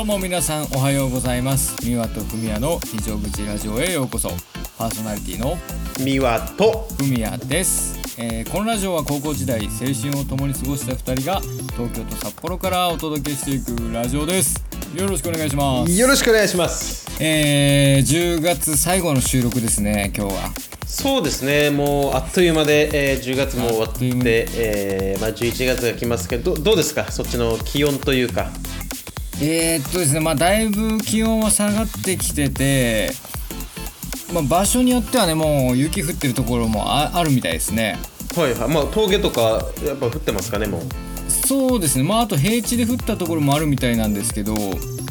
どうも皆さんおはようございます。三輪とふみやの非常口ラジオへようこそ。パーソナリティの三輪とふみやです。このラジオは高校時代青春を共に過ごした2人が東京と札幌からお届けしていくラジオです。よろしくお願いします。 よろしくお願いします。 10月最後の収録ですね、今日は。 そうですね、もうあっという間で、10月も終わって、11月が来ますけど、どうですか、そっちの気温というか。 ですね、だいぶ気温は下がってきてて、場所によってはね、もう雪降ってるところも あるみたいですね。 はいはい、峠とかやっぱ降ってますかね、もう。 そうですね、あと平地で降ったところもあるみたいなんですけど、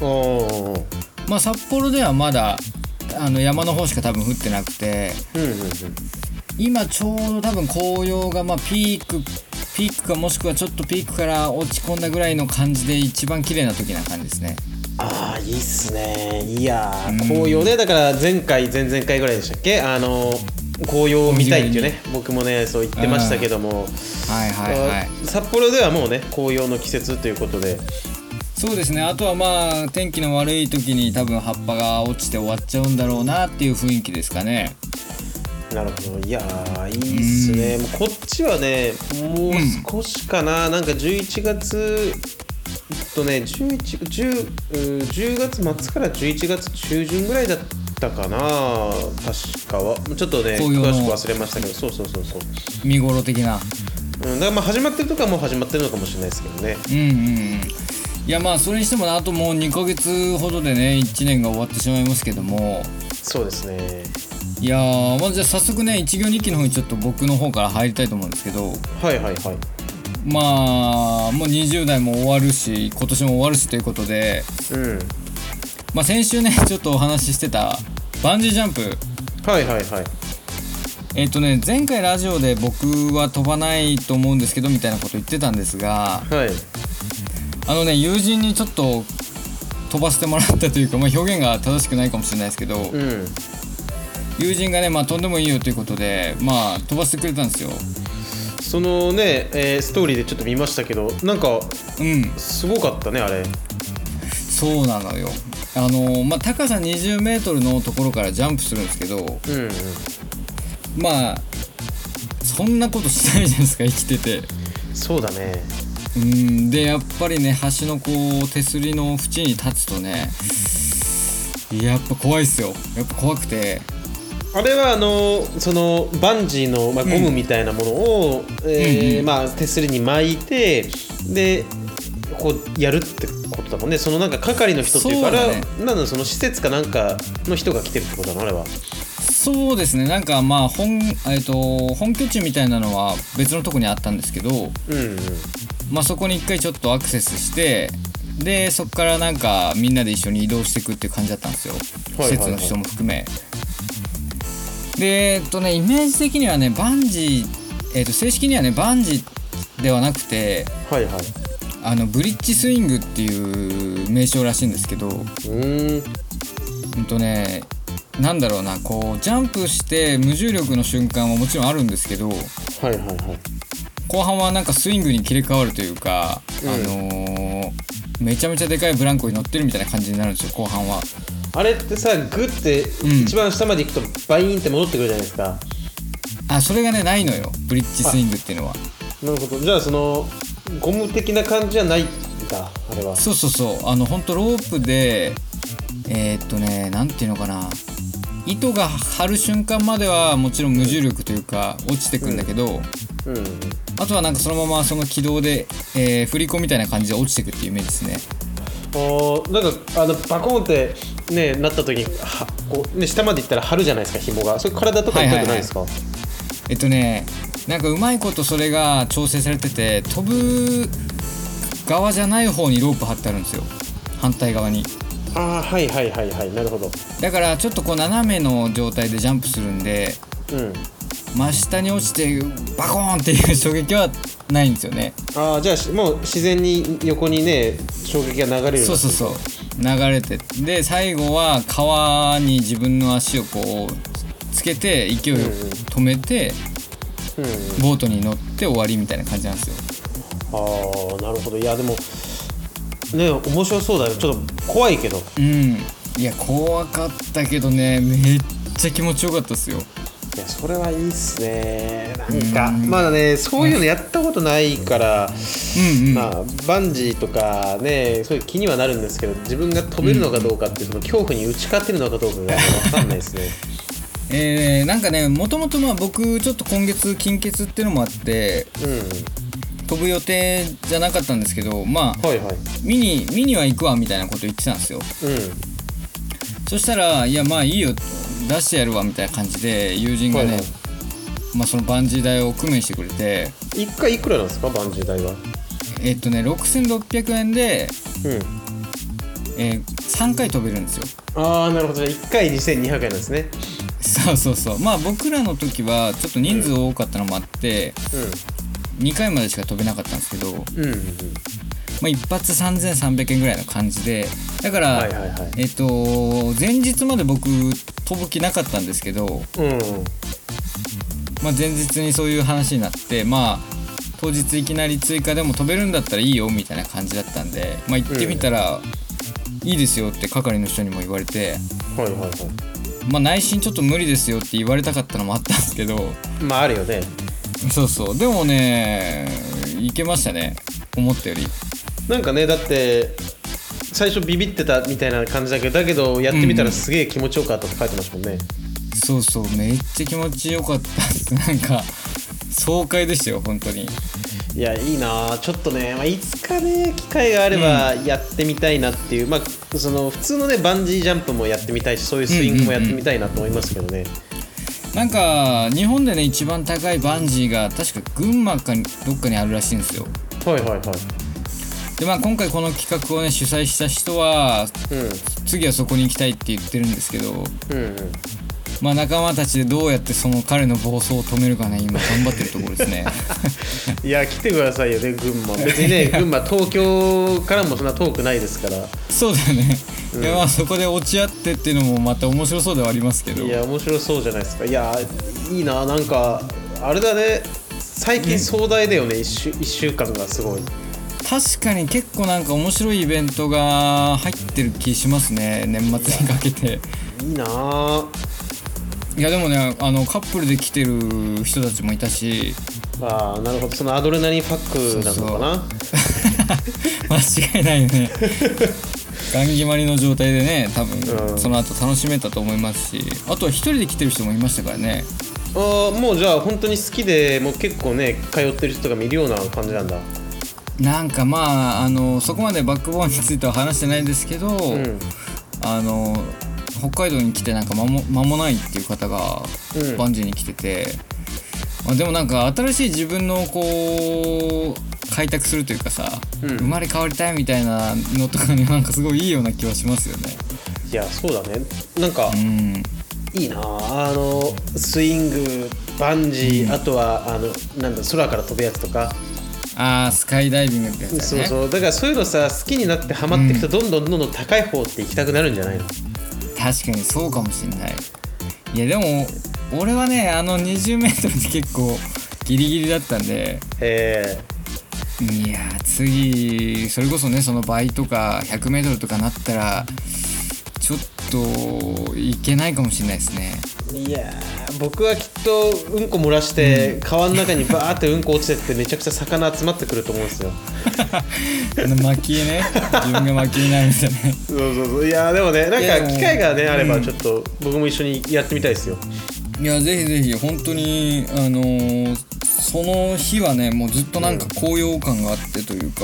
札幌ではまだ山の方しか多分降ってなくて、今ちょうど多分紅葉がピークかもしくはちょっとピークから落ち込んだぐらいの感じで一番綺麗な時な感じですね。 ああ、いいっすね。いやー、紅葉ね、だから前々回ぐらいでしたっけ、紅葉を見たいっていうね、僕もねそう言ってましたけども、札幌ではもうね紅葉の季節ということで。 そうですね、あとは天気の悪い時に多分葉っぱが落ちて終わっちゃうんだろうなっていう雰囲気ですかね。 なるほど。いやー、いいっすね。もうこっちはねもう少しかな、なんか11月10月末から11月中旬ぐらいだったかな、確かは。ちょっとね詳しく忘れましたけど、そう見頃的な、 だから始まってるとかもう始まってるのかもしれないですけどね。 いやそれにしてもあともう2ヶ月ほどでね1年が終わってしまいますけども。 そうですね。 いやー、じゃあ早速ね一行日記の方にちょっと僕の方から入りたいと思うんですけど、もう20代も終わるし今年も終わるしということで、先週ねちょっとお話ししてたバンジージャンプ、前回ラジオで僕は飛ばないと思うんですけどみたいなこと言ってたんですが、友人にちょっと飛ばしてもらったというか、表現が正しくないかもしれないですけど、友人がね飛んでもいいよということで飛ばしてくれたんですよ。 そのね、ストーリーでちょっと見ましたけど、なんかすごかったね、あれ。 そうなのよ。高さ20メートルのところからジャンプするんですけど、そんなことしないじゃないですか、生きてて。 そうだね。 でやっぱりね橋の手すりの縁に立つとね、やっぱ怖いっすよ。やっぱ怖くて、 あれはそのバンジーの、ゴムみたいなものを、手すりに巻いて、でこうやるってことだもんね。そのなんか係の人っていうから、その施設かなんかの人が来てるってことだの、あれは。 そうですね、なんか本拠地みたいなのは別のとこにあったんですけど、そこに一回ちょっとアクセスして、でそこからなんかみんなで一緒に移動していくっていう感じだったんですよ、施設の人も含め。でイメージ的にはねバンジー、正式にはねバンジーではなくて、ブリッジスイングっていう名称らしいんですけど、なんだろうな、ジャンプして無重力の瞬間はもちろんあるんですけど、後半はなんかスイングに切り替わるというか、めちゃめちゃでかいブランコに乗ってるみたいな感じになるんですよ、後半は。 あれってさ、グッて一番下まで行くとバイーンって戻ってくるじゃないですか。 それがねないのよ、ブリッジスイングっていうのは。 なるほど。じゃあそのゴム的な感じじゃないんだ、あれは。 そうほんとロープでなんていうのかな、糸が張る瞬間まではもちろん無重力というか落ちてくんだけど、あとはなんかそのままその軌道で、振り子みたいな感じで落ちてくっていうイメージですね。 なんかバコーンってねなった時にこう、下まで行ったら張るじゃないですか、紐が。それ体とか痛くないですか？ なんかうまいことそれが調整されてて、飛ぶ側じゃない方にロープ張ってあるんですよ、反対側に。 なるほど。 だからちょっと斜めの状態でジャンプするんで、真下に落ちてバコーンっていう衝撃はないんですよね。 じゃあもう自然に横にね衝撃が流れる。 そう流れて、で最後は川に自分の足をつけて勢いを止めて、ボートに乗って終わりみたいな感じなんですよ。 なるほど。いやでもね面白そうだよ。ちょっと怖いけど。 いや怖かったけどね、めっちゃ気持ちよかったっすよ。 いやそれはいいっすね。なんかまだねそういうのやったことないから、まあバンジーとかねそういう気にはなるんですけど、自分が飛べるのかどうかっていうその恐怖に打ち勝てるのかどうかが分かんないですね。 なんかねもともと僕ちょっと今月金欠っていうのもあって、飛ぶ予定じゃなかったんですけど、見には行くわみたいなこと言ってたんですよ。そしたらいやまあいいよ出してやるわみたいな感じで友人がね、そのバンジー代を工面してくれて。 1回いくらなんですかバンジー代は。 6600円で、3回飛べるんですよ。 ああなるほど。1回2200円なんですね。 そう僕らの時はちょっと人数多かったのもあって、2回までしか飛べなかったんですけど、一発3300円ぐらいの感じで、だから、前日まで僕飛ぶ気なかったんですけど、前日にそういう話になって、当日いきなり追加でも飛べるんだったらいいよみたいな感じだったんで、行ってみたら、いいですよって係の人にも言われて、内心ちょっと無理ですよって言われたかったのもあったんですけど、 あるよね。 でもねいけましたね思ったより。 なんかねだって最初ビビってたみたいな感じだけどやってみたらすげえ気持ちよかったって書いてますもんね。 めっちゃ気持ちよかったです。なんか爽快でしたよ本当に。 いやいいなちょっとね、いつかね機会があればやってみたいなっていう、その普通のねバンジージャンプもやってみたいし、そういうスイングもやってみたいなと思いますけどね。 なんか日本でね一番高いバンジーが確か群馬かどっかにあるらしいんですよ。で今回この企画をね主催した人は、次はそこに行きたいって言ってるんですけど、仲間たちでどうやってその彼の暴走を止めるかね今頑張ってるところですね。 いや来てくださいよね群馬。別にね群馬東京からもそんな遠くないですから。 そうだよね。いやそこで落ち合ってっていうのもまた面白そうではありますけど。 いや面白そうじゃないですか。いやいいな。なんかあれだね最近壮大だよね。1週間がすごい。 確かに結構なんか面白いイベントが入ってる気しますね年末にかけて。 いいな。 いやでもねカップルで来てる人たちもいたし。 なるほど。そのアドレナリンパックなのかな。 間違いないよね。ガン決まりの状態でね多分、その後楽しめたと思いますし、あとは一人で来てる人もいましたからね。 もうじゃあ本当に好きでもう結構ね通ってる人が見るような感じなんだ。 なんかそこまでバックボーンについては話してないんですけど、北海道に来てなんか間もないっていう方がバンジーに来てて、でもなんか新しい自分のこう開拓するというかさ、生まれ変わりたいみたいなのとかになんかすごいいいような気はしますよね。 いやそうだね。なんか、いいなスイングバンジー、あとはなんだ空から飛ぶやつとか。 スカイダイビングってやつだね。 だからそういうのさ好きになってハマっていくとどんどん高い方って行きたくなるんじゃないの。 確かにそうかもしんない。いやでも俺はね20メートルで結構ギリギリだったんで、いや次それこそねその倍とか100メートルとかなったらちょっといけないかもしれないですね。 いや僕はきっとうんこ漏らして川の中にバーってうんこ落ちてってめちゃくちゃ魚集まってくると思うんですよ。 巻きね自分が巻きになるみたいな。 そういやでもねなんか機会がねあればちょっと僕も一緒にやってみたいですよ。 いやぜひぜひ本当にその日はねもうずっとなんか高揚感があってというか、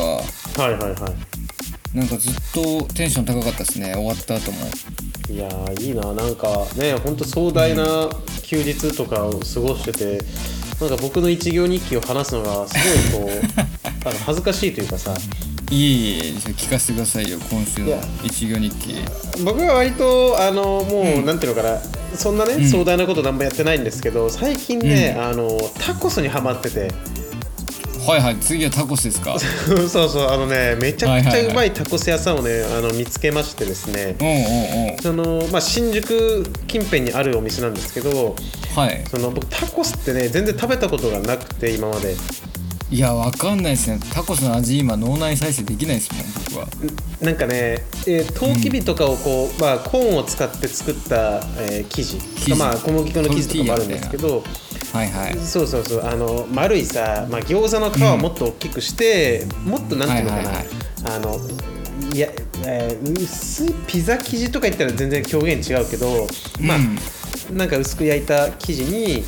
なんかずっとテンション高かったですね終わった後も。 いやいいな。なんかねほんと壮大な休日とかを過ごしてて、なんか僕の一行日記を話すのがすごいこう恥ずかしいというかさ。 いえ聞かせてくださいよ今週の一行日記。 僕は割ともうなんていうのかな、そんなね壮大なこと何もやってないんですけど、最近ねタコスにハマってて。 次はタコスですか。 そうめちゃくちゃうまいタコス屋さんをね見つけましてですね、新宿近辺にあるお店なんですけど、僕タコスってね全然食べたことがなくて今まで。 いやわかんないですね。タコスの味今脳内再生できないですもん僕は。 なんかね、トウキビとかをこう、まあ、コーンを使って作った、生地まあ、小麦粉の生地とかもあるんですけど、 はいはい、 そうそうそう、丸いさ、まあ、餃子の皮をもっと大きくして、もっとなんていうのかな、いや、薄いピザ生地とか言ったら全然表現違うけど、まあなんか薄く焼いた生地に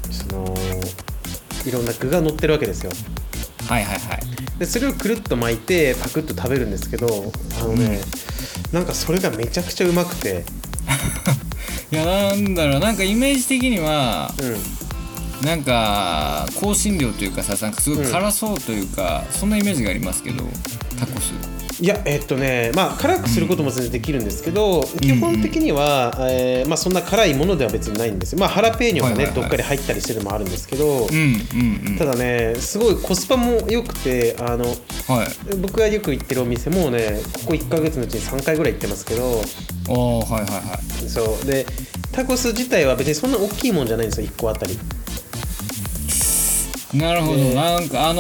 いろんな具が乗ってるわけですよ。 はいはいはい。 でそれをくるっと巻いてパクッと食べるんですけど、なんかそれがめちゃくちゃうまくていやなんだろう、なんかイメージ的には、なんか香辛料というかさ、なんかすごい辛そうというか、そんなイメージがありますけど、タコス。 いやまあ辛くすることも全然できるんですけど、基本的には、まあ、そんな辛いものでは別にないんですよ。まあハラペーニョがね、どっかで入ったりしてるのもあるんですけど、ただねすごいコスパも良くて、僕がよく行ってるお店もねここ1ヶ月のうちに3回ぐらい行ってますけど、そうでタコス自体は別にそんな大きいもんじゃないんですよ、1個あたり。 なるほど、なんか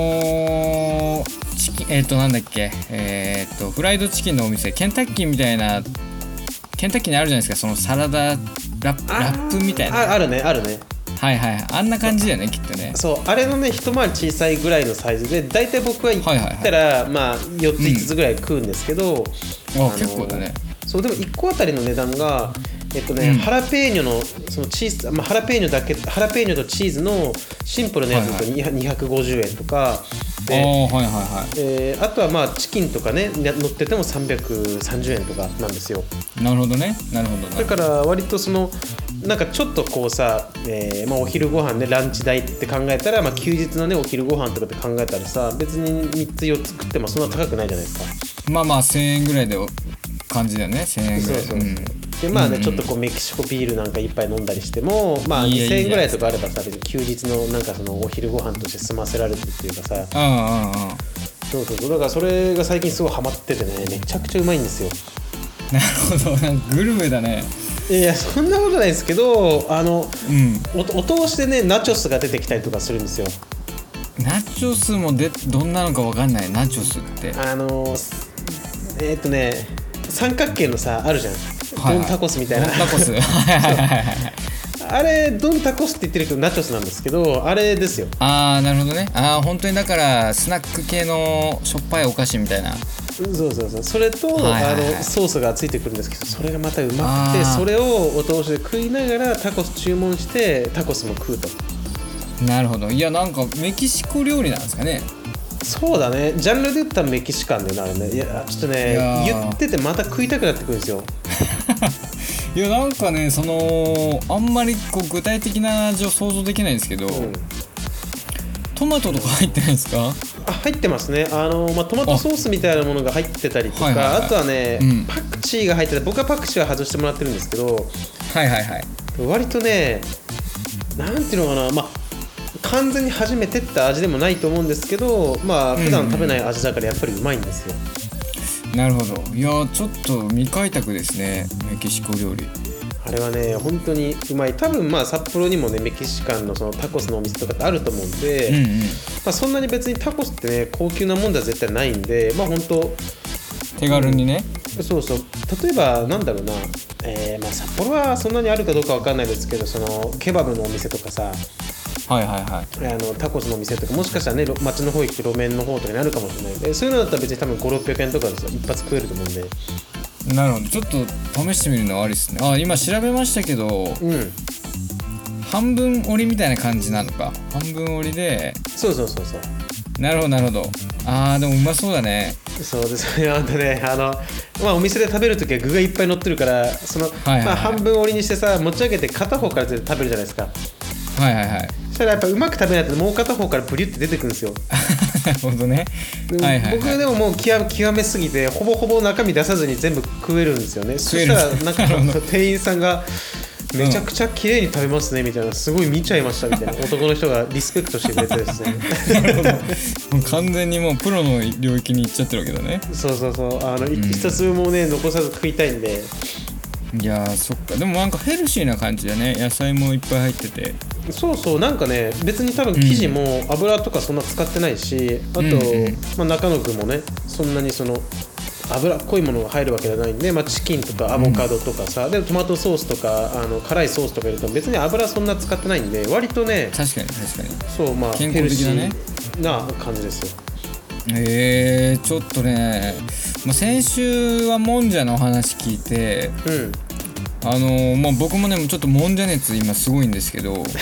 チキンなんだっけ、フライドチキンのお店、ケンタッキーみたいな、ケンタッキーにあるじゃないですか、そのサラダラップみたいな。 あるねはいはい、あんな感じだよねきっとね。 そうあれのね一回り小さいぐらいのサイズで、だいたい僕は行ったら、まあ4つ5つぐらい食うんですけど、 結構だね。 そうでも1個あたりの値段がハラペーニョのそのチーズ、まあ、ハラペーニョとチーズのシンプルなやつだと250円とかで、あとはまあチキンとかね乗ってても330円とかなんですよ。 なるほどね。 だから割となんかちょっとこうさ、まあ、お昼ご飯ねランチ代って考えたら、まあ、休日のねお昼ご飯とかって考えたらさ、別に3つ4つ食ってもそんな高くないじゃないですか。 まあ1000円ぐらいで感じだよね。1000円ぐらい。そうでまあね、ちょっとこうメキシコビールなんか一杯飲んだりしても、まあ2000円ぐらいとかあればさ、別に休日のなんかそのお昼ご飯として済ませられるっていうかさ、そうだからそれが最近すごいハマっててね、めちゃくちゃうまいんですよ。 なるほど、なんかグルメだね。 いやそんなことないですけど、お通しでねナチョスが出てきたりとかするんですよ。 ナチョスもどんなのか分かんない。ナチョスって三角形のさあるじゃん、ドンタコスみたいな。 ドンタコスあれドンタコスって言ってるけどナチョスなんですけど、あれですよ。 なるほどね。本当にだからスナック系のしょっぱいお菓子みたいな。 そうそれと、ソースがついてくるんですけど、それがまたうまくて、それをお通しで食いながらタコス注文してタコスも食うと。 なるほど。いやなんかメキシコ料理なんですかね。 そうだね、ジャンルで言ったらメキシカンだよね、あれね。いやちょっとね言っててまた食いたくなってくるんですよ。 いやなんかねあんまりこう具体的な味を想像できないんですけど、トマトとか入ってないですか？ 入ってますね。まあ、トマトソースみたいなものが入ってたりとか、あとはね、パクチーが入ってて、僕はパクチーは外してもらってるんですけど、割とねなんていうのかな、まあ完全に初めてって味でもないと思うんですけど、まあ普段食べない味だからやっぱりうまいんですよ。 なるほど。いやちょっと未開拓ですね、メキシコ料理。 あれはね本当にうまい。多分まあ札幌にもねメキシカンのそのタコスのお店とかってあると思うんで、まあ、そんなに別にタコスってね高級なもんでは絶対ないんで、まあ本当手軽にね、 そう例えばなんだろうな、まあ札幌はそんなにあるかどうかわかんないですけど、そのケバブのお店とかさ、タコスの店とかもしかしたらね街の方行って路面の方とかにあるかもしれないんで、そういうのだったら別に多分5、600円とかで一発食えると思うんで。 なるほど、ちょっと試してみるのはありですね。今調べましたけど、半分折りみたいな感じなのか。半分折りで、 そうなるほど。でもうまそうだね。 そうですね。まあお店で食べるときは具がいっぱい乗ってるから、まあ半分折りにしてさ持ち上げて片方から食べるじゃないですか。そしたらやっぱうまく食べないともう片方からブリュって出てくるんですよ。 なるほどね。 僕でももう極めすぎてほぼ中身出さずに全部食えるんですよね。そしたらなんか店員さんがめちゃくちゃ綺麗に食べますねみたいな、すごい見ちゃいましたみたいな男の人がリスペクトしてくれてですね。 なるほど。もう完全にもうプロの領域に行っちゃってるわけだね。 そう一つもね残さず食いたいんで。 いやそっか。でもなんかヘルシーな感じだね。野菜もいっぱい入ってて。 そうそう、なんかね別に多分生地も油とかそんな使ってないし、あと、まあ、中野くんもねそんなにその油っこいものが入るわけじゃないんで、まあ、チキンとかアボカドとかさ、でトマトソースとか辛いソースとか入れても別に油そんな使ってないんで割とね確かにそうまあ健康的だね、 ヘルシーな感じですよ。 ちょっとね、まあ、先週はもんじゃのお話聞いて、まあ、僕もねちょっともんじゃ熱今すごいんですけど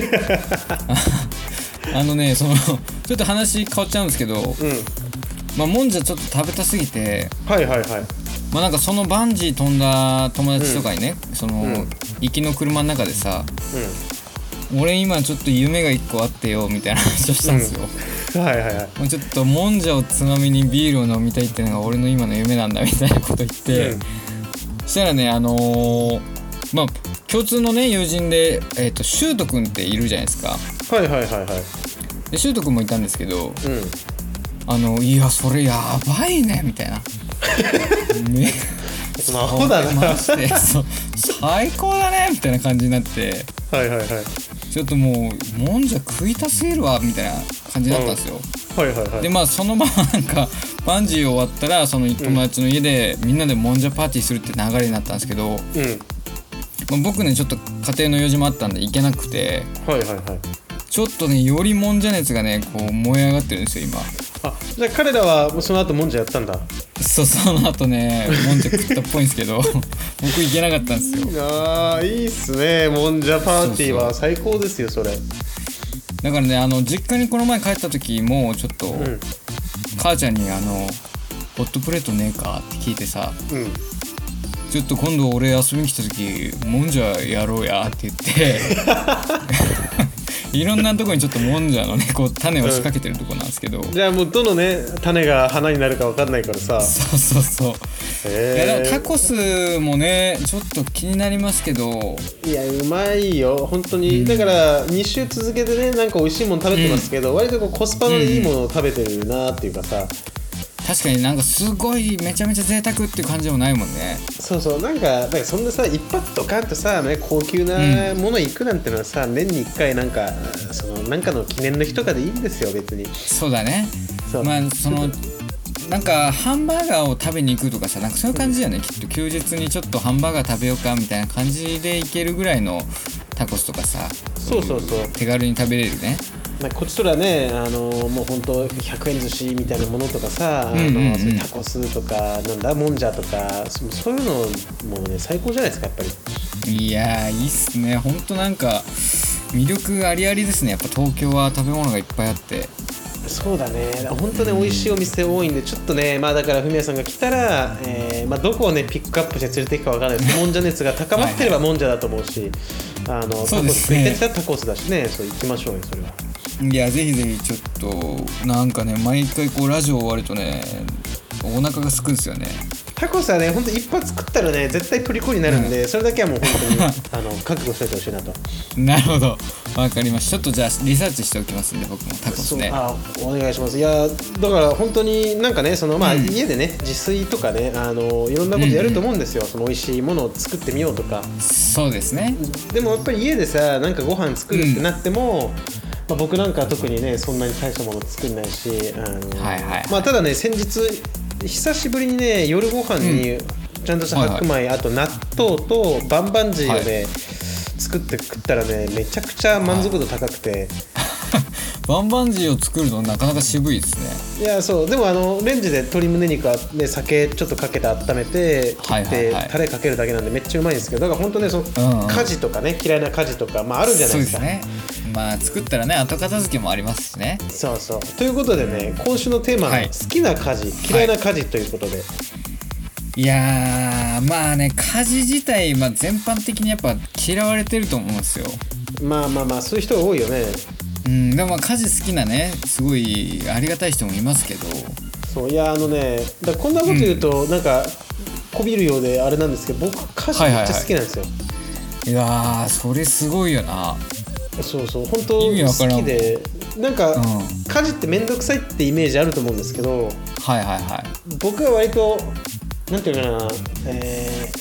そのちょっと話変わっちゃうんですけど、まあ、もんじゃちょっと食べたすぎて、まあ、なんかそのバンジー飛んだ友達とかにね、その行きの車の中でさ、俺今ちょっと夢が1個あってよみたいな話をしたんですよ。もうちょっともんじゃをつまみにビールを飲みたいっていうのが俺の今の夢なんだみたいなこと言って、そしたらねまあ共通のね友人でシュート君っているじゃないですか。でシュート君もいたんですけど、いやそれやばいねみたいなね、 アホだなマジで最高だねみたいな感じになって、ちょっともうもんじゃ食いたすぎるわみたいな感じだったんですよ。でまあそのままなんかバンジー終わったらその友達の家でみんなでもんじゃパーティーするって流れになったんですけど、まあ、僕ねちょっと家庭の用事もあったんで行けなくて、ちょっとねよりもんじゃ熱がねこう燃え上がってるんですよ今。 じゃあ彼らはその後もんじゃやったんだ。 その後ねもんじゃ食ったっぽいんですけど僕行けなかったんですよ。 いいっすね、もんじゃパーティーは最高ですよそれ。 だからね実家にこの前帰った時もちょっと、母ちゃんにホットプレートねえかって聞いてさ、ちょっと今度俺遊びに来た時もんじゃやろうやって言っていろんなところにちょっともんじゃのねこう種を仕掛けてるとこなんですけど、 じゃあもうどのね種が花になるか分かんないからさ。 いやでもタコスもねちょっと気になりますけど、 いやうまいよ本当に、だから2週続けてねなんか美味しいもの食べてますけど、割とこうコスパのいいものを食べてるなっていうかさ、 確かになんかすごいめちゃめちゃ贅沢っていう感じでもないもんね。 そうなんかそんなさ一発ドカンとさ、ね、高級なもの行くなんてのはさ、年に1回なんかなんかの記念の日とかでいいんですよ別に。 そうだね。まあなんかハンバーガーを食べに行くとかさ、なんかそういう感じだよね、きっと休日にちょっとハンバーガー食べようかみたいな感じで行けるぐらいのタコスとかさ、 そう手軽に食べれるね。 こっちとらねもうほんと100円寿司みたいなものとかさ、そういうタコスとかなんだもんじゃとかそういうのもね最高じゃないですかやっぱり。 いやいいっすね、ほんとなんか魅力ありありですね。やっぱ東京は食べ物がいっぱいあって。 そうだね、本当ね美味しいお店多いんで、ちょっとねまあだからフミヤさんが来たら、まあ、どこをねピックアップして連れていくかわからないですけどもんじゃ熱が高まってればもんじゃだと思うし、タコス食いたいったらタコスだしね、そう行きましょうよそれは。 いやぜひぜひちょっとなんかね毎回こうラジオ終わるとねお腹がすくんですよね。 タコスはねほんと一発食ったらね絶対虜になるんで、それだけはもう本当に覚悟しといてほしいなと。 なるほど、わかりました。ちょっとじゃあリサーチしておきますんで僕もタコスね。 お願いします。いやだから本当になんかねまあ、家でね自炊とかねいろんなことやると思うんですよ、その美味しいものを作ってみようとか。そうですね。 でもやっぱり家でさなんかご飯作るってなっても、まあ、僕なんかは特にねそんなに大したもの作んないし、まあただね先日久しぶりにね夜ご飯にちゃんとした白米、あと納豆とバンバンジーをね、作って食ったらねめちゃくちゃ満足度高くて、 バンバンジーを作るのなかなか渋いですね。 いやそうでもレンジで鶏胸肉は、ね、酒ちょっとかけて温めて切ってタレかけるだけなんでめっちゃうまいんですけど、だから本当ね家事とかね嫌いな家事とか、まあ、あるじゃないですか。 そうですね。まあ作ったらね後片付けもありますしね。 そうということでね今週のテーマは好きな家事、嫌いな家事ということで、 いやまあね家事自体、まあ、全般的にやっぱ嫌われてると思うんですよ。 まあそういう人が多いよね。 でもまあ家事好きなねすごいありがたい人もいますけど、 そういやだこんなこと言うとなんかこびるようであれなんですけど、僕家事めっちゃ好きなんですよ。 いやそれすごいよな。 そう本当好きで、なんか、家事ってめんどくさいってイメージあると思うんですけど、僕は割となんていうかな、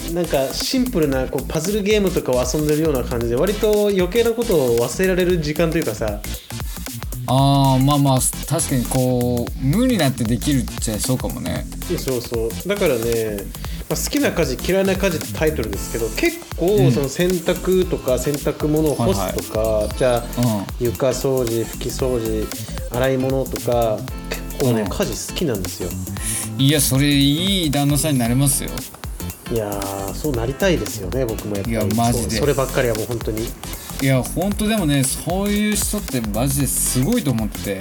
なんかシンプルなこうパズルゲームとかを遊んでるような感じで割と余計なことを忘れられる時間というかさ。 まあまあ確かにこう無になってできるっちゃそうかもね。 そうそう、だからね、好きな家事嫌いな家事ってタイトルですけど、結構その洗濯とか洗濯物を干すとか、じゃあ、床掃除拭き掃除洗い物とか結構ね、家事好きなんですよ。 いやそれいい旦那さんになれますよ。 いやそうなりたいですよね、僕もやっぱり。いやマジでそればっかりはもう本当に。 いや本当でもね、そういう人ってマジですごいと思ってて、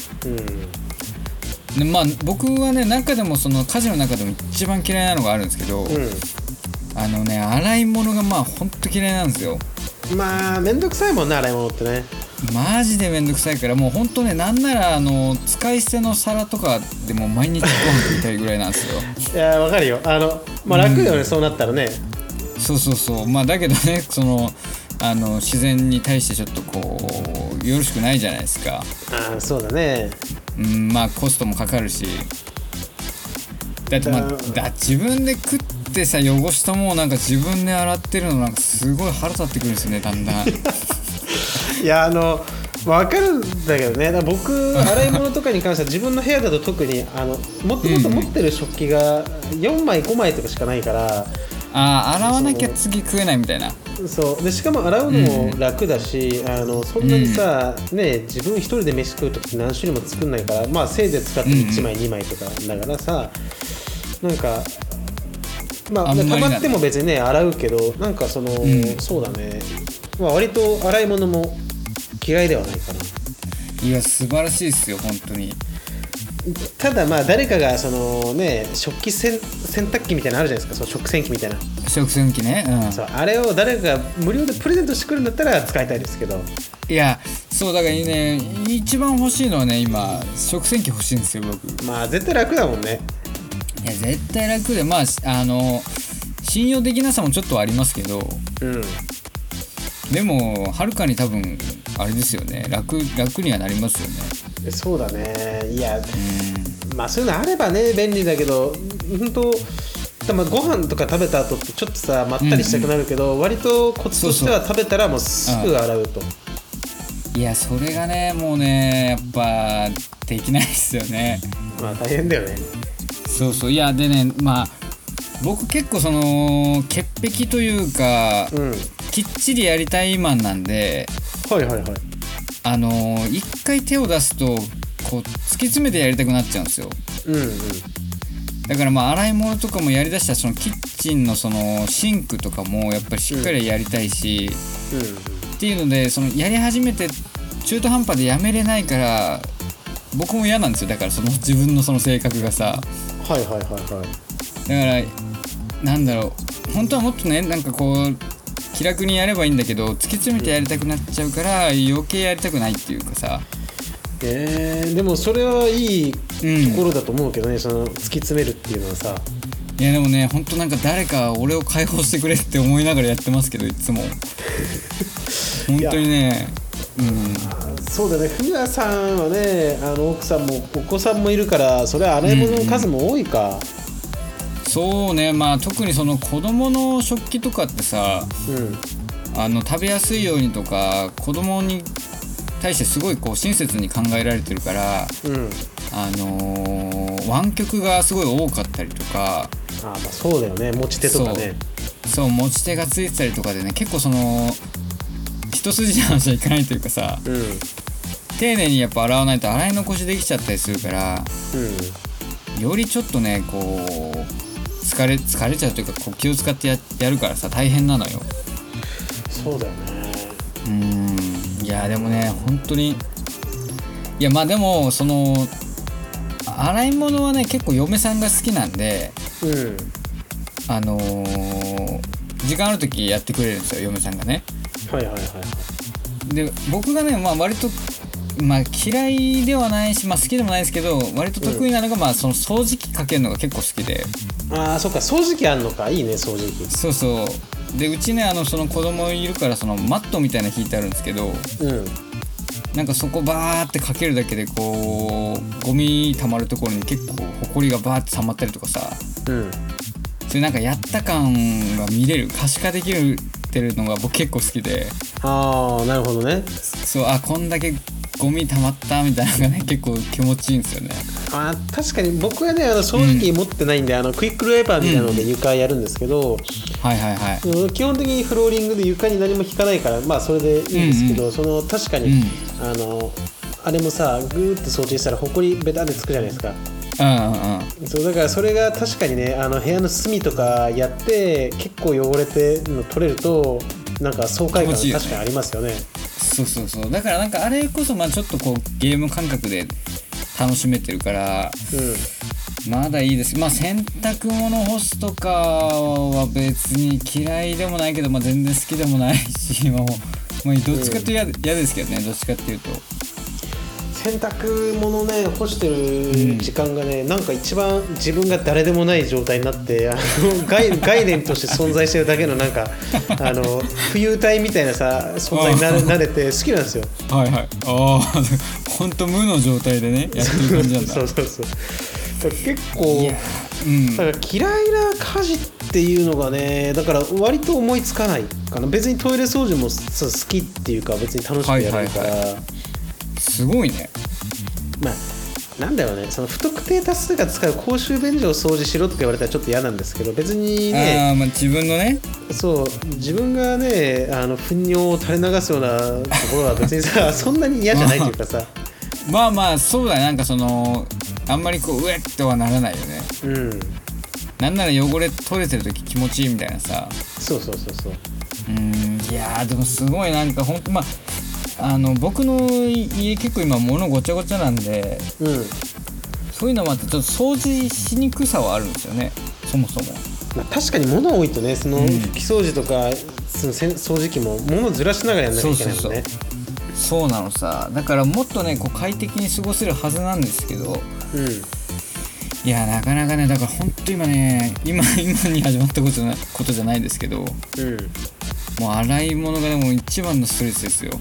でまあ僕はね、中でもその家事の中でも一番嫌いなのがあるんですけど、洗い物がまあ本当嫌いなんですよ。 まあめんどくさいもんね、洗い物ってね。 マジでめんどくさいから、もう本当ね、なんなら使い捨ての皿とかでも毎日ご飯食いたいぐらいなんですよ。 いやわかるよ。まあ楽よね、そうなったらね。 そうそうそう。まあだけどね、その自然に対してちょっとこうよろしくないじゃないですか。 そうだね。 まあコストもかかるし、だって自分で食ってさ汚したもんなんか自分で洗ってるのなんかすごい腹立ってくるんですよね、だんだん。 いや分かるんだけどね。だ僕洗い物とかに関しては自分の部屋だと特にもともと持ってる食器が4枚5枚とかしかないから、 洗わなきゃ次食えないみたいな。 そうで、しかも洗うのも楽だし、そんなにさ、自分一人で飯食うとき何種類も作んないから、まあせいぜい使って1枚2枚とかだからさ、なんかたまっても別にね洗うけど、なんかそうだね、割と洗い物も嫌いではないかな。 いや素晴らしいですよ本当に。 ただ誰かが食器洗濯機みたいなのあるじゃないですか、そう食洗機みたいな。 食洗機ね、 そうあれを誰かが無料でプレゼントしてくるんだったら使いたいですけど。 いやそうだからね、一番欲しいのはね、今食洗機欲しいんですよ僕。 絶対楽だもんね。 いや絶対楽で、信用できなさもちょっとありますけど、でもはるかに多分あれですよね、楽にはなりますよね。 そうだね。いや、そういうのあればね便利だけど、本当ご飯とか食べた後ってちょっとさまったりしたくなるけど、割とコツとしては食べたらもうすぐ洗うと。 いやそれがねもうねやっぱできないですよね。 大変だよね。 そうそう。いやでね、僕結構その潔癖というか、きっちりやりたいマンなんで、一回手を出すとこう突き詰めてやりたくなっちゃうんですよ。だから洗い物とかもやりだしたら、そのキッチンのそのシンクとかもやっぱりしっかりやりたいし、っていうのでそのやり始めて中途半端でやめれないから僕も嫌なんですよ。だからその自分のその性格がさ、だからなんだろう、本当はもっとねなんかこう気楽にやればいいんだけど、突き詰めてやりたくなっちゃうから余計やりたくないっていうかさ。 でもそれはいいところだと思うけどね、その突き詰めるっていうのはさ。 いやでもね、本当なんか誰か俺を解放してくれって思いながらやってますけど、いつも本当にね。 そうだね、ふみやさんはね、奥さんもお子さんもいるから、それは洗い物の数も多いか。 そうね、特にその子供の食器とかってさ、食べやすいようにとか子供に対してすごいこう親切に考えられてるから、湾曲がすごい多かったりとか。 そうだよね、持ち手とかね。 そう持ち手がついてたりとかでね、結構その一筋縄じゃいかないというかさ、丁寧にやっぱ洗わないと洗い残しできちゃったりするから、よりちょっとねこう疲れちゃうというか、こう気を使ってやるからさ大変なのよ。 そうだよね。 いやでもね本当に、いやでもその洗い物はね結構嫁さんが好きなんで、時間ある時やってくれるんですよ、嫁さんがね。で僕がね割と嫌いではないし、好きでもないですけど、割と得意なのがその掃除機かけるのが結構好きで。 そっか、掃除機あんのか。いいね掃除機。 そうそうで、うちねその子供いるから、そのマットみたいなの引いてあるんですけど、なんかそこバーってかけるだけでこうゴミ溜まるところに結構ホコリがバーって溜まったりとかさ、 でなんかやった感が見れる、可視化できるってるのが僕結構好きで。 ああ、なるほどね。 そう、あ、こんだけゴミ溜まったみたいなのがね結構気持ちいいんですよね。 あ、確かに僕はね掃除機持ってないんで、クイックルワイパーみたいなので床やるんですけど、 はいはいはい。 基本的にフローリングで床に何も引かないから、まあそれでいいんですけど、その確かに、あれもさ、グーって掃除したらホコリベタってつくじゃないですか。そうだからそれが確かにね、部屋の隅とかやって結構汚れての取れるとなんか爽快感が確かにありますよね。 そうそうそう、だからなんかあれこそまあちょっとこうゲーム感覚で楽しめてるから、まだいいです。まあ洗濯物干すとかは別に嫌いでもないけど、まあ、全然好きでもないし、まあどっちかって嫌ですけどね、どっちかっていうと。 洗濯物ね干してる時間がね、なんか一番自分が誰でもない状態になって概念として存在してるだけのなんか浮遊体みたいなさ存在になれて好きなんですよ。 はいはい。ああ、本当無の状態でねやってる感じなんだ。 そうそうそう。だから結構、だから嫌いな家事っていうのがね、だから割と思いつかないかな。別にトイレ掃除も好きっていうか別に楽しくやるから、 すごいね。 まあなんだろうね、その不特定多数が使う公衆便所を掃除しろとか言われたらちょっと嫌なんですけど、別にね、 まあ自分のね、 そう自分がね糞尿を垂れ流すようなところは別にさそんなに嫌じゃないというかさまあまあそうだね、なんかそのあんまりこうえってはならないよね。なんなら汚れ取れてる時気持ちいいみたいなさ。 そうそうそうそう。 いやでもすごいなんかほんと、まあ僕の家結構今物ごちゃごちゃなんで、そういうのもあってちょっと掃除しにくさはあるんですよね、そもそも。 まあ、確かに物多いとね、その拭き掃除とか、その掃除機も物ずらしながらやんなきゃいけないもんね。 そうなのさ。だからもっとねこう快適に過ごせるはずなんですけど、いやなかなかね、だからほんと今ね今に始まったことじゃないですけど、もう洗い物がでも一番のストレスですよ。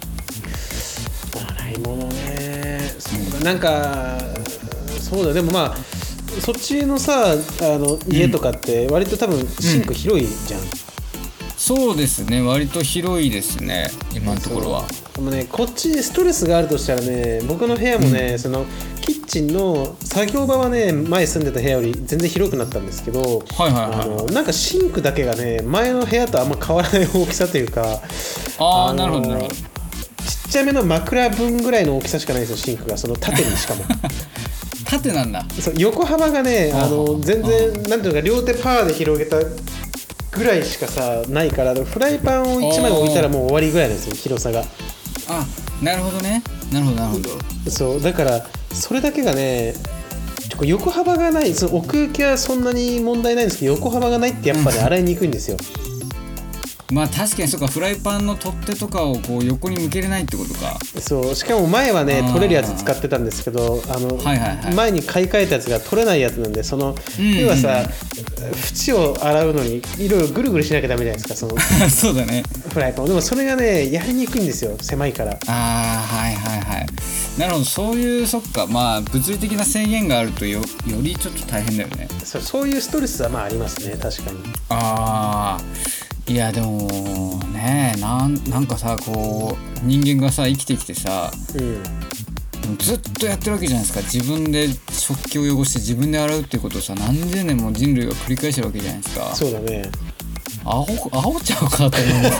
洗い物ね、そうだ、なんかそうだ。でもまあそっちのさ家とかって割と多分シンク広いじゃん。 そうですね、割と広いですね今のところは。 でもね、こっちストレスがあるとしたらね、僕の部屋もね、そのキッチンの作業場はね前住んでた部屋より全然広くなったんですけど、なんかシンクだけがね前の部屋とあんま変わらない大きさというか、 なるほどなるほど。 ちっちゃめの枕分ぐらいの大きさしかないんですよ、シンクが。その縦にしかも縦なんだ。 そう横幅がね全然なんていうか両手パーで広げたぐらいしかさないから、フライパンを1枚置いたらもう終わりぐらいなんですよ、広さが。 なるほどね、なるほどなるほど。 そうだからそれだけがね横幅がない、その奥行きはそんなに問題ないんですけど、横幅がないってやっぱね洗いにくいんですよ。 まあ確かにそうか、フライパンの取っ手とかをこう横に向けれないってことか。 そうしかも前はね取れるやつ使ってたんですけど、前に買い替えたやつが取れないやつなんで、その要はさ縁を洗うのにいろいろぐるぐるしなきゃダメじゃないですか、そのそうだね、 フライパン。でもそれがねやりにくいんですよ、狭いから。 なるほど、そういうそっか、まあ物理的な制限があるとよりちょっと大変だよね。 そういうストレスはまあありますね、確かに。 いやでもね、なんかさこう人間がさ生きてきてさ、ずっとやってるわけじゃないですか。自分で食器を汚して自分で洗うっていうことをさ、何十年も人類が繰り返してるわけじゃないですか。 そうだね。 アホちゃうかと思うんですよね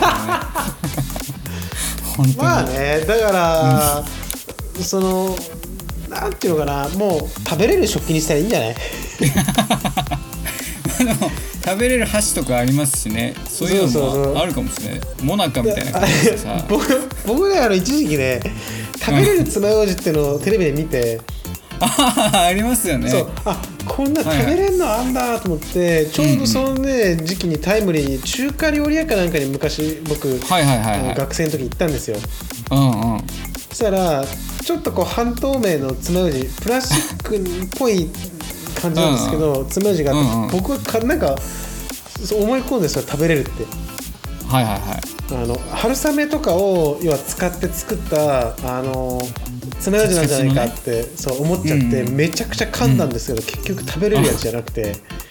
本当に。 まあね、だから、そのなんていうのかな、もう食べれる食器にしたらいいんじゃないでも食べれる箸とかありますしね、そういうのもあるかもしれない。モナカみたいな感じでさ僕ね一時期ね食べれる爪楊枝っていうのをテレビで見てありますよね。 そう、こんな食べれんのあんだと思って、ちょうどそのね時期にタイムリーに中華料理屋かなんかに昔僕、学生の時行ったんですよ。そしたらちょっとこう半透明の爪楊枝、プラスチックっぽい感じなんですけど、爪楊枝があって、僕はなんか思い込んでそれ食べれるって。春雨とかを要は使って作った爪楊枝なんじゃないかってそう思っちゃって、めちゃくちゃ噛んだんですけど、結局食べれるやつじゃなくて、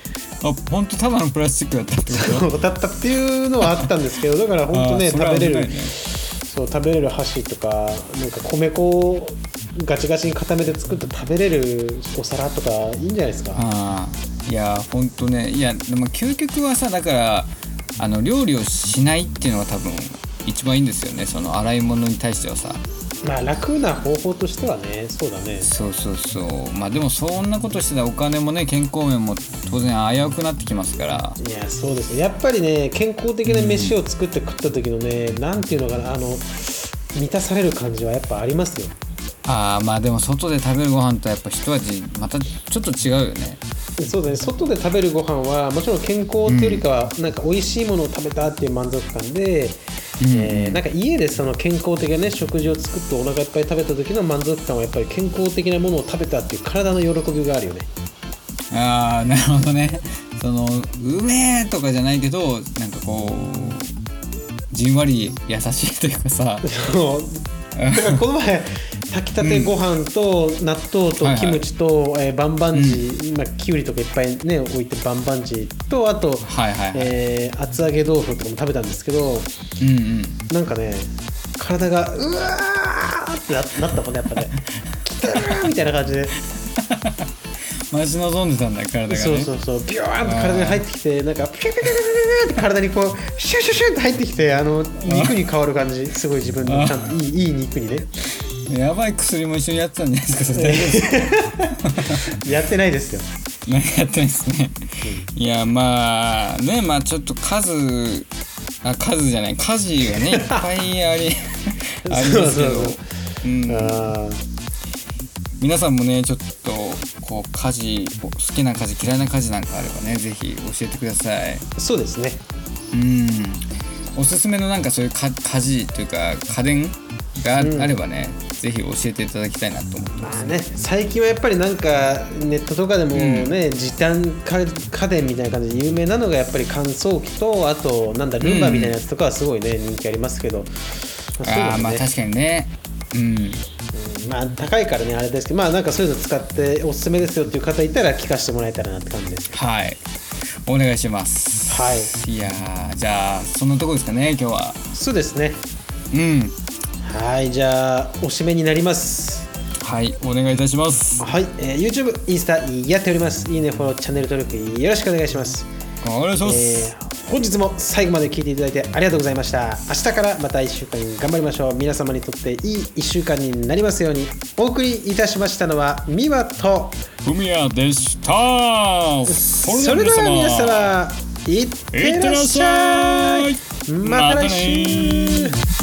本当ただのプラスチックだったってこだったっていうのはあったんですけど、だから本当ね食べれる、そう食べれる箸とか、なんか米粉をガチガチに固めて作って食べれるお皿とかいいんじゃないですか。 いや本当ね、いやでも究極はさ、だから料理をしないっていうのが多分一番いいんですよね、その洗い物に対してはさ。 まあ楽な方法としてはね、そうだね。 そうまあでもそんなことしてたらお金もね、健康面も当然危うくなってきますから。 いやそうですね、やっぱりね健康的な飯を作って食った時のね、なんていうのかな、満たされる感じはやっぱありますよ。 まあでも外で食べるご飯とやっぱ一味またちょっと違うよね。 そうだね、外で食べるご飯はもちろん健康っていうよりかは、なんか美味しいものを食べたっていう満足感で、なんか家でその健康的なね食事を作ってお腹いっぱい食べた時の満足感はやっぱり健康的なものを食べたっていう体の喜びがあるよね。 なるほどね。そのうめえとかじゃないけど、なんかこうじんわり優しいというかさ。 だからこの前炊きたてご飯と納豆とキムチと、バンバンジー、きゅうりとかいっぱいね置いてバンバンジーと、あと、厚揚げ豆腐とかも食べたんですけど、なんかね体がうわーってなったもんね、やっぱねきたーみたいな感じで待ち望んでたんだ、体がね。 そうビューンと体に入ってきて、なんかピュピュピュピュって体にこうシュシュシュって入ってきて、肉に変わる感じ、すごい自分のちゃんといい肉にね。 やばい薬も一緒にやってたんじゃないですか、それ。大丈夫ですか？ やってないですよ。 やってないですね。いやまあね、まあちょっと家事がねいっぱいありますけど、皆さんもねちょっとこう家事、好きな家事嫌いな家事なんかあればね、ぜひ教えてください。 そうですね。 おすすめのなんかそういう家事というか家電があればね、ぜひ教えていただきたいなと思ってます。 ね、最近はやっぱりなんかネットとかでもね、時短家電みたいな感じで有名なのがやっぱり乾燥機と、あとなんだルンバみたいなやつとかはすごいね人気ありますけど、 まあ確かにね。 まあ高いからねあれですけど、まあなんかそういうの使っておすすめですよっていう方いたら聞かせてもらえたらなって感じです。 はい、お願いします。 はい。 いやじゃあそんなとこですかね、今日は。 そうですね。はい、じゃあお締めになります。 はい、お願いいたします。 はい、YouTube、インスタやっております。いいね、フォロー、チャンネル登録よろしくお願いします。 お願いします。 本日も最後まで聞いていただいてありがとうございました。明日からまた1週間頑張りましょう。皆様にとっていい1週間になりますように。お送りいたしましたのはミワとフミヤでした。 それでは皆様いってらっしゃい。また来週。